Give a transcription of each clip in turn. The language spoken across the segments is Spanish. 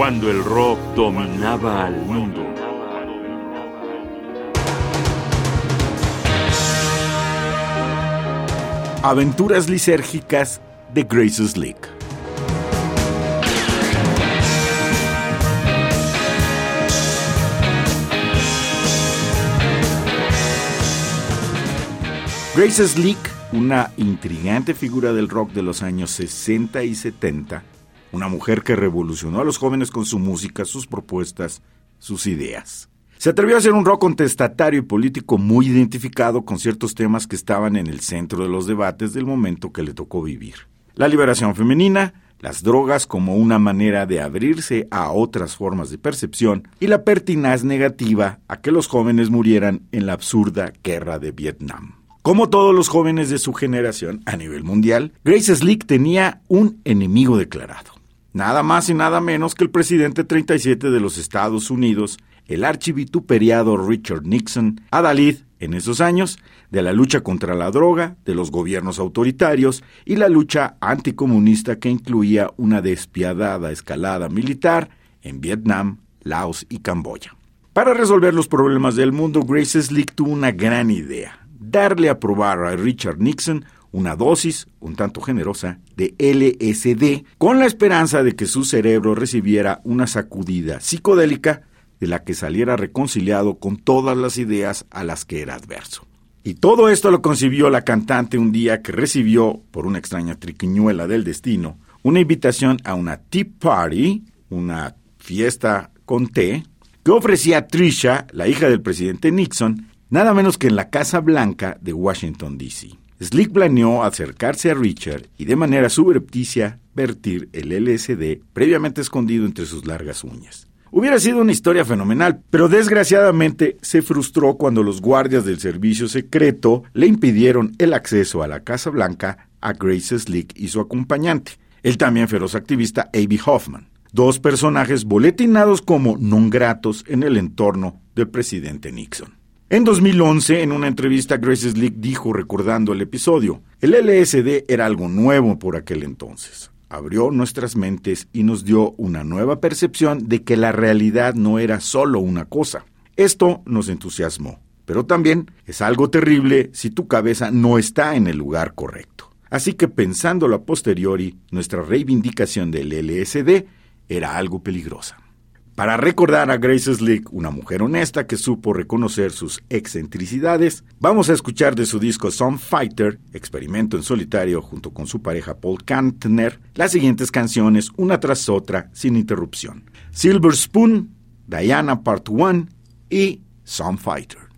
cuando el rock dominaba al mundo. Aventuras lisérgicas de Grace Slick. Grace Slick, una intrigante figura del rock de los años 60 y 70, una mujer que revolucionó a los jóvenes con su música, sus propuestas, sus ideas. Se atrevió a hacer un rock contestatario y político muy identificado con ciertos temas que estaban en el centro de los debates del momento que le tocó vivir. La liberación femenina, las drogas como una manera de abrirse a otras formas de percepción y la pertinaz negativa a que los jóvenes murieran en la absurda guerra de Vietnam. Como todos los jóvenes de su generación a nivel mundial, Grace Slick tenía un enemigo declarado. Nada más y nada menos que el presidente 37 de los Estados Unidos, el archivituperiado Richard Nixon, adalid, en esos años, de la lucha contra la droga, de los gobiernos autoritarios y la lucha anticomunista que incluía una despiadada escalada militar en Vietnam, Laos y Camboya. Para resolver los problemas del mundo, Grace Slick tuvo una gran idea: darle a probar a Richard Nixon una dosis, un tanto generosa, de LSD, con la esperanza de que su cerebro recibiera una sacudida psicodélica de la que saliera reconciliado con todas las ideas a las que era adverso. Y todo esto lo concibió la cantante un día que recibió, por una extraña triquiñuela del destino, una invitación a una tea party, una fiesta con té, que ofrecía Trisha, la hija del presidente Nixon, nada menos que en la Casa Blanca de Washington, D.C. Slick planeó acercarse a Richard y de manera subrepticia vertir el LSD previamente escondido entre sus largas uñas. Hubiera sido una historia fenomenal, pero desgraciadamente se frustró cuando los guardias del servicio secreto le impidieron el acceso a la Casa Blanca a Grace Slick y su acompañante, el también feroz activista Abbie Hoffman, dos personajes boletinados como non gratos en el entorno del presidente Nixon. En 2011, en una entrevista, Grace Slick dijo, recordando el episodio, el LSD era algo nuevo por aquel entonces. Abrió nuestras mentes y nos dio una nueva percepción de que la realidad no era solo una cosa. Esto nos entusiasmó, pero también es algo terrible si tu cabeza no está en el lugar correcto. Así que pensándolo a posteriori, nuestra reivindicación del LSD era algo peligrosa. Para recordar a Grace Slick, una mujer honesta que supo reconocer sus excentricidades, vamos a escuchar de su disco Some Fighter, experimento en solitario junto con su pareja Paul Kantner, las siguientes canciones una tras otra sin interrupción: Silver Spoon, Diana Part 1 y Some Fighter.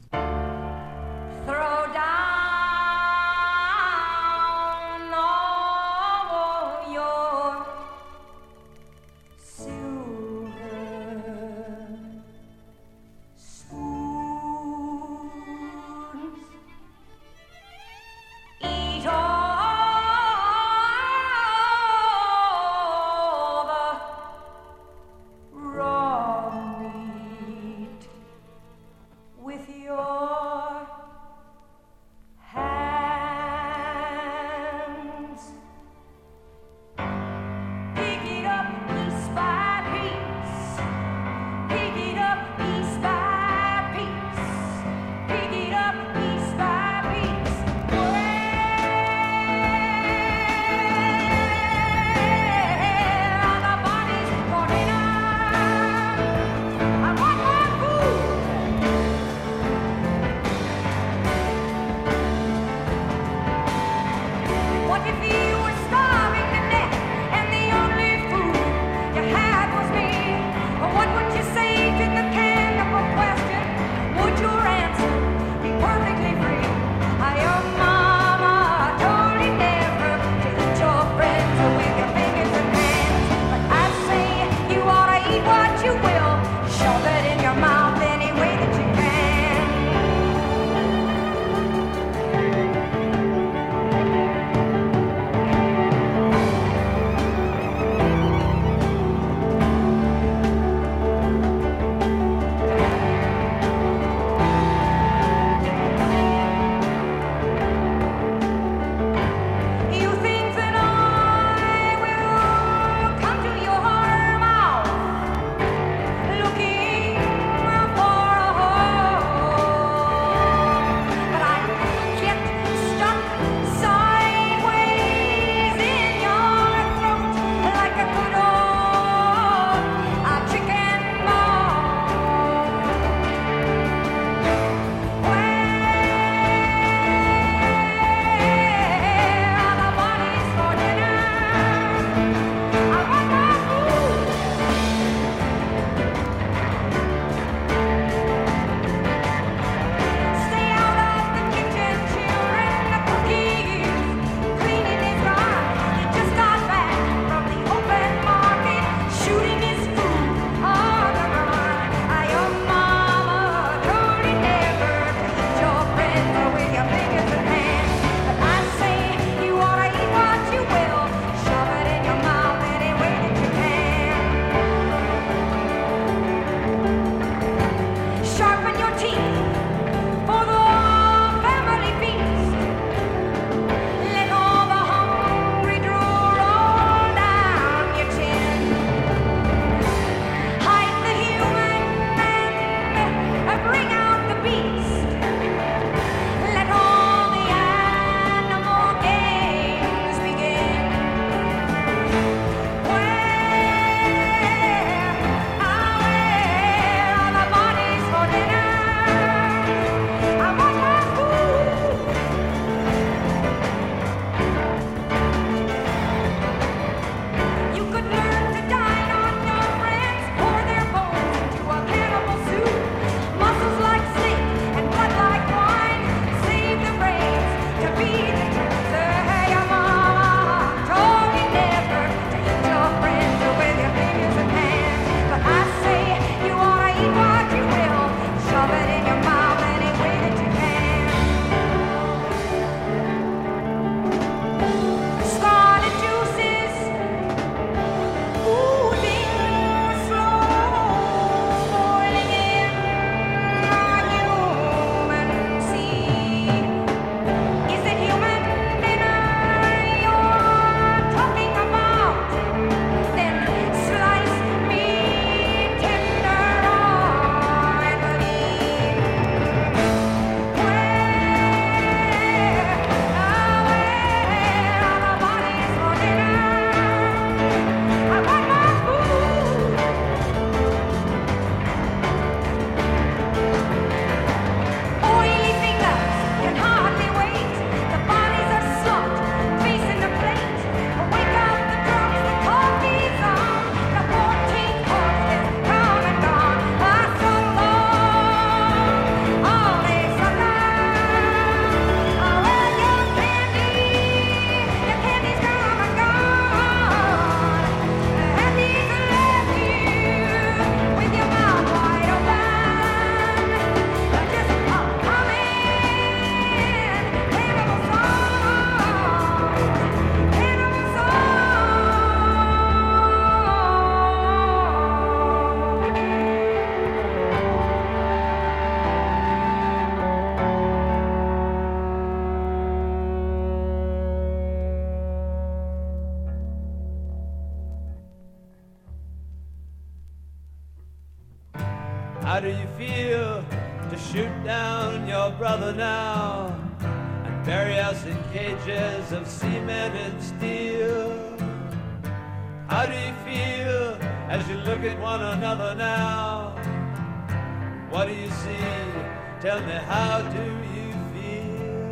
How do you feel to shoot down your brother now and bury us in cages of cement and steel? How do you feel as you look at one another now? What do you see? Tell me, how do you feel?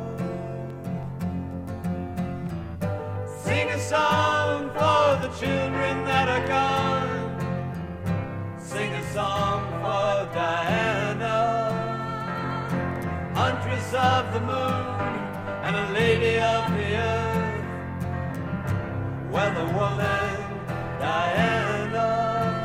Sing a song for the children that are gone. Sing a song for Diana, huntress of the moon and a lady of the earth. Weather woman Diana.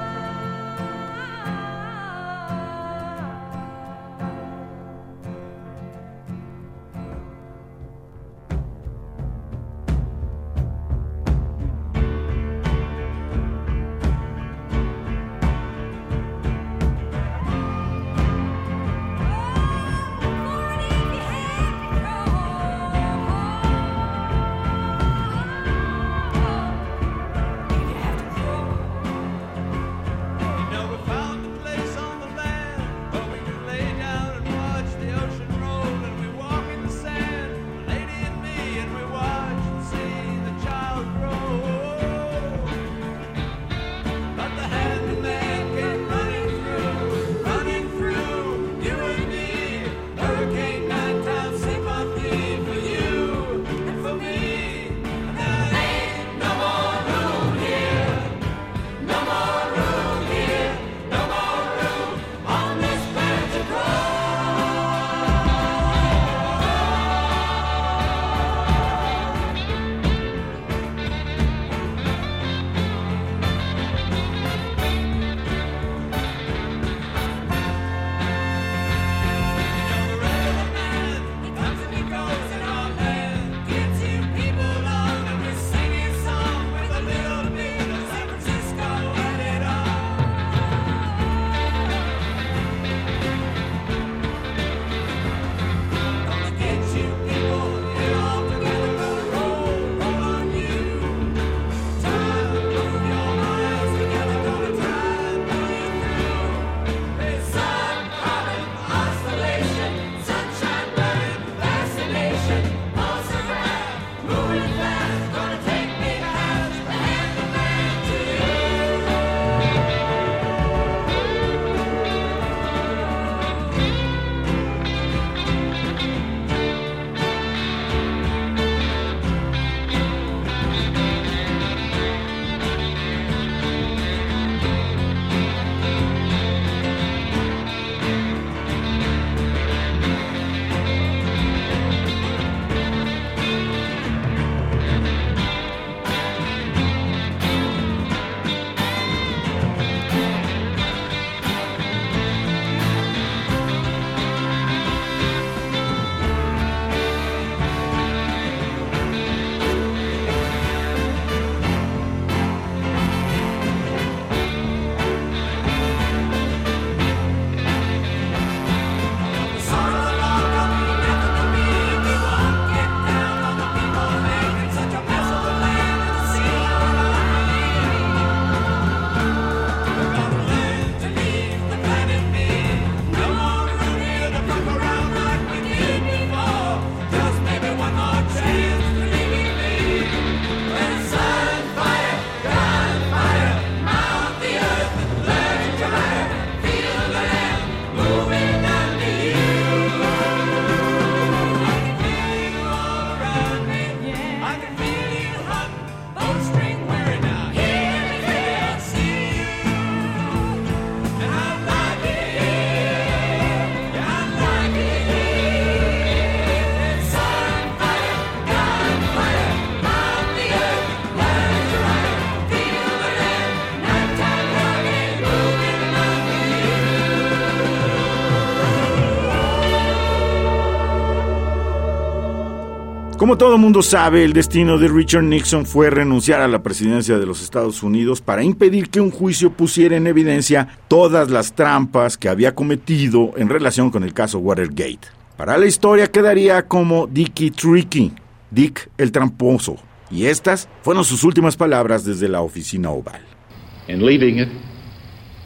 Como todo mundo sabe, el destino de Richard Nixon fue renunciar a la presidencia de los Estados Unidos para impedir que un juicio pusiera en evidencia todas las trampas que había cometido en relación con el caso Watergate. Para la historia quedaría como Dickie Tricky, Dick el Tramposo, y estas fueron sus últimas palabras desde la oficina oval. In leaving it,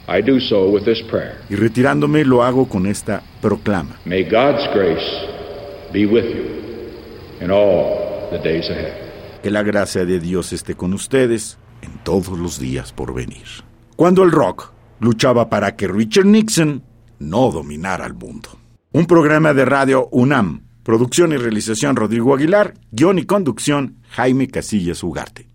I do so with this prayer. Y retirándome lo hago con esta proclama. May God's grace be with you in all the days ahead. Que la gracia de Dios esté con ustedes en todos los días por venir. Cuando el rock luchaba para que Richard Nixon no dominara el mundo. Un programa de Radio UNAM. Producción y realización Rodrigo Aguilar. Guión y conducción Jaime Casillas Ugarte.